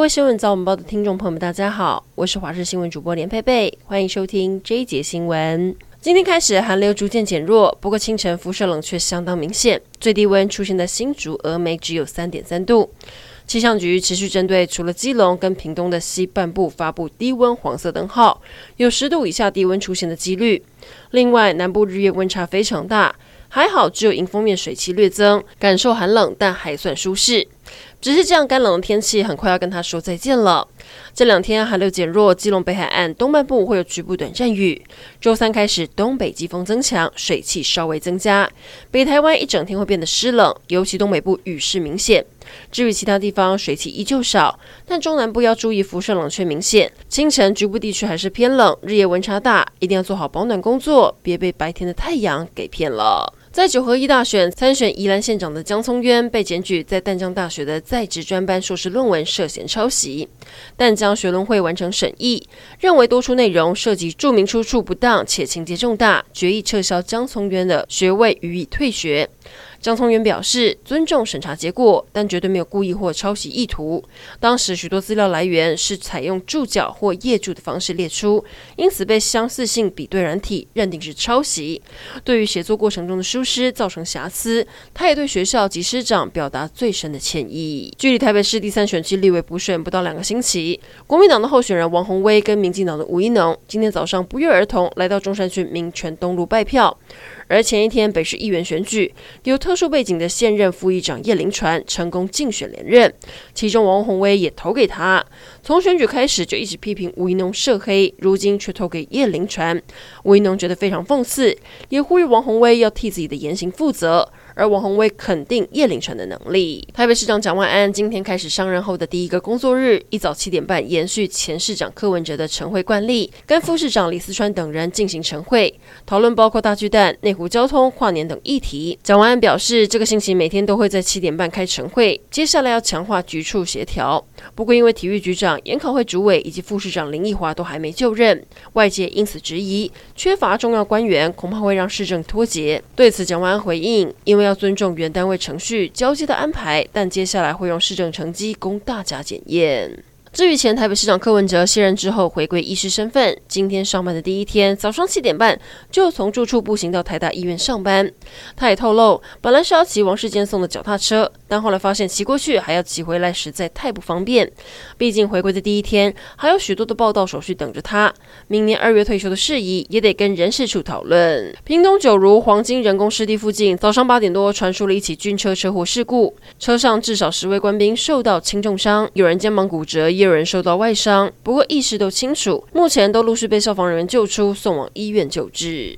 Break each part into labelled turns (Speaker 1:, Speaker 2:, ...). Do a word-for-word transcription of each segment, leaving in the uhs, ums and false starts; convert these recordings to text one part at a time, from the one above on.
Speaker 1: 位新闻早晚报的听众朋友们大家好，我是华视新闻主播连佩佩，欢迎收听这一节新闻。今天开始寒流逐渐减弱，不过清晨辐射冷却相当明显，最低温出现在新竹峨眉只有 三点三度。气象局持续针对除了基隆跟屏东的西半部发布低温黄色灯号，有十度以下低温出现的几率。另外南部日夜温差非常大，还好只有迎风面水汽略增，感受寒冷但还算舒适。只是这样干冷的天气很快要跟他说再见了。这两天寒流减弱，基隆北海岸东半部会有局部短暂雨。周三开始东北季风增强，水汽稍微增加，北台湾一整天会变得湿冷，尤其东北部雨势明显。至于其他地方水汽依旧少，但中南部要注意辐射冷却明显，清晨局部地区还是偏冷，日夜温差大，一定要做好保暖工作，别被白天的太阳给骗了。在九合一大选参选宜兰县长的江聪渊被检举在淡江大学的在职专班硕士论文涉嫌抄袭，淡江学伦会完成审议，认为多处内容涉及注明出处不当且情节重大，决议撤销江聪渊的学位，予以退学。江聪渊表示尊重审查结果，但绝对没有故意或抄袭意图。当时许多资料来源是采用注脚或页注的方式列出，因此被相似性比对软体认定是抄袭。对于写作过程中的疏失造成瑕疵，他也对学校及师长表达最深的歉意。距离台北市第三选区立委补选不到两个星期，国民党的候选人王宏威跟民进党的吴怡农今天早上不约而同来到中山区民权东路拜票。而前一天北市议员选举，有特殊背景的现任副议长叶凌传成功竞选连任，其中王宏威也投给他。从选举开始就一直批评吴怡农涉黑，如今却投给叶凌传，吴怡农觉得非常讽刺，也呼吁王宏威要替自己的言行负责。而王宏威肯定叶凌传的能力。台北市长蒋万安今天开始上任后的第一个工作日，一早七点半延续前市长柯文哲的晨会惯例，跟副市长李思川等人进行晨会，讨论包括大巨蛋、内湖交通、跨年等议题。蒋万安表示，这个星期每天都会在七点半开晨会，接下来要强化局处协调。不过因为体育局长、研考会主委以及副市长林奕华都还没就任，外界因此质疑缺乏重要官员，恐怕会让市政脱节。对此蒋万安回应，因为要尊重原单位程序交接的安排，但接下来会用市政成绩供大家检验。至于前台北市长柯文哲卸任之后回归医师身份，今天上班的第一天早上七点半就从住处步行到台大医院上班。他也透露，本来是要骑王世坚送的脚踏车，但后来发现骑过去还要骑回来实在太不方便。毕竟回归的第一天还有许多的报到手续等着他，明年二月退休的事宜也得跟人事处讨论。屏东九如黄金人工湿地附近早上八点多传出了一起军车车祸事故，车上至少十位官兵受到轻重伤，有人肩膀骨折，也有人受到外伤，不过意识都清楚，目前都陆续被消防人员救出，送往医院救治。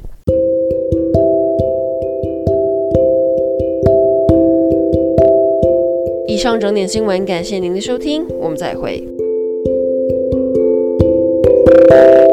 Speaker 1: 以上整点新闻，感谢您的收听，我们再会。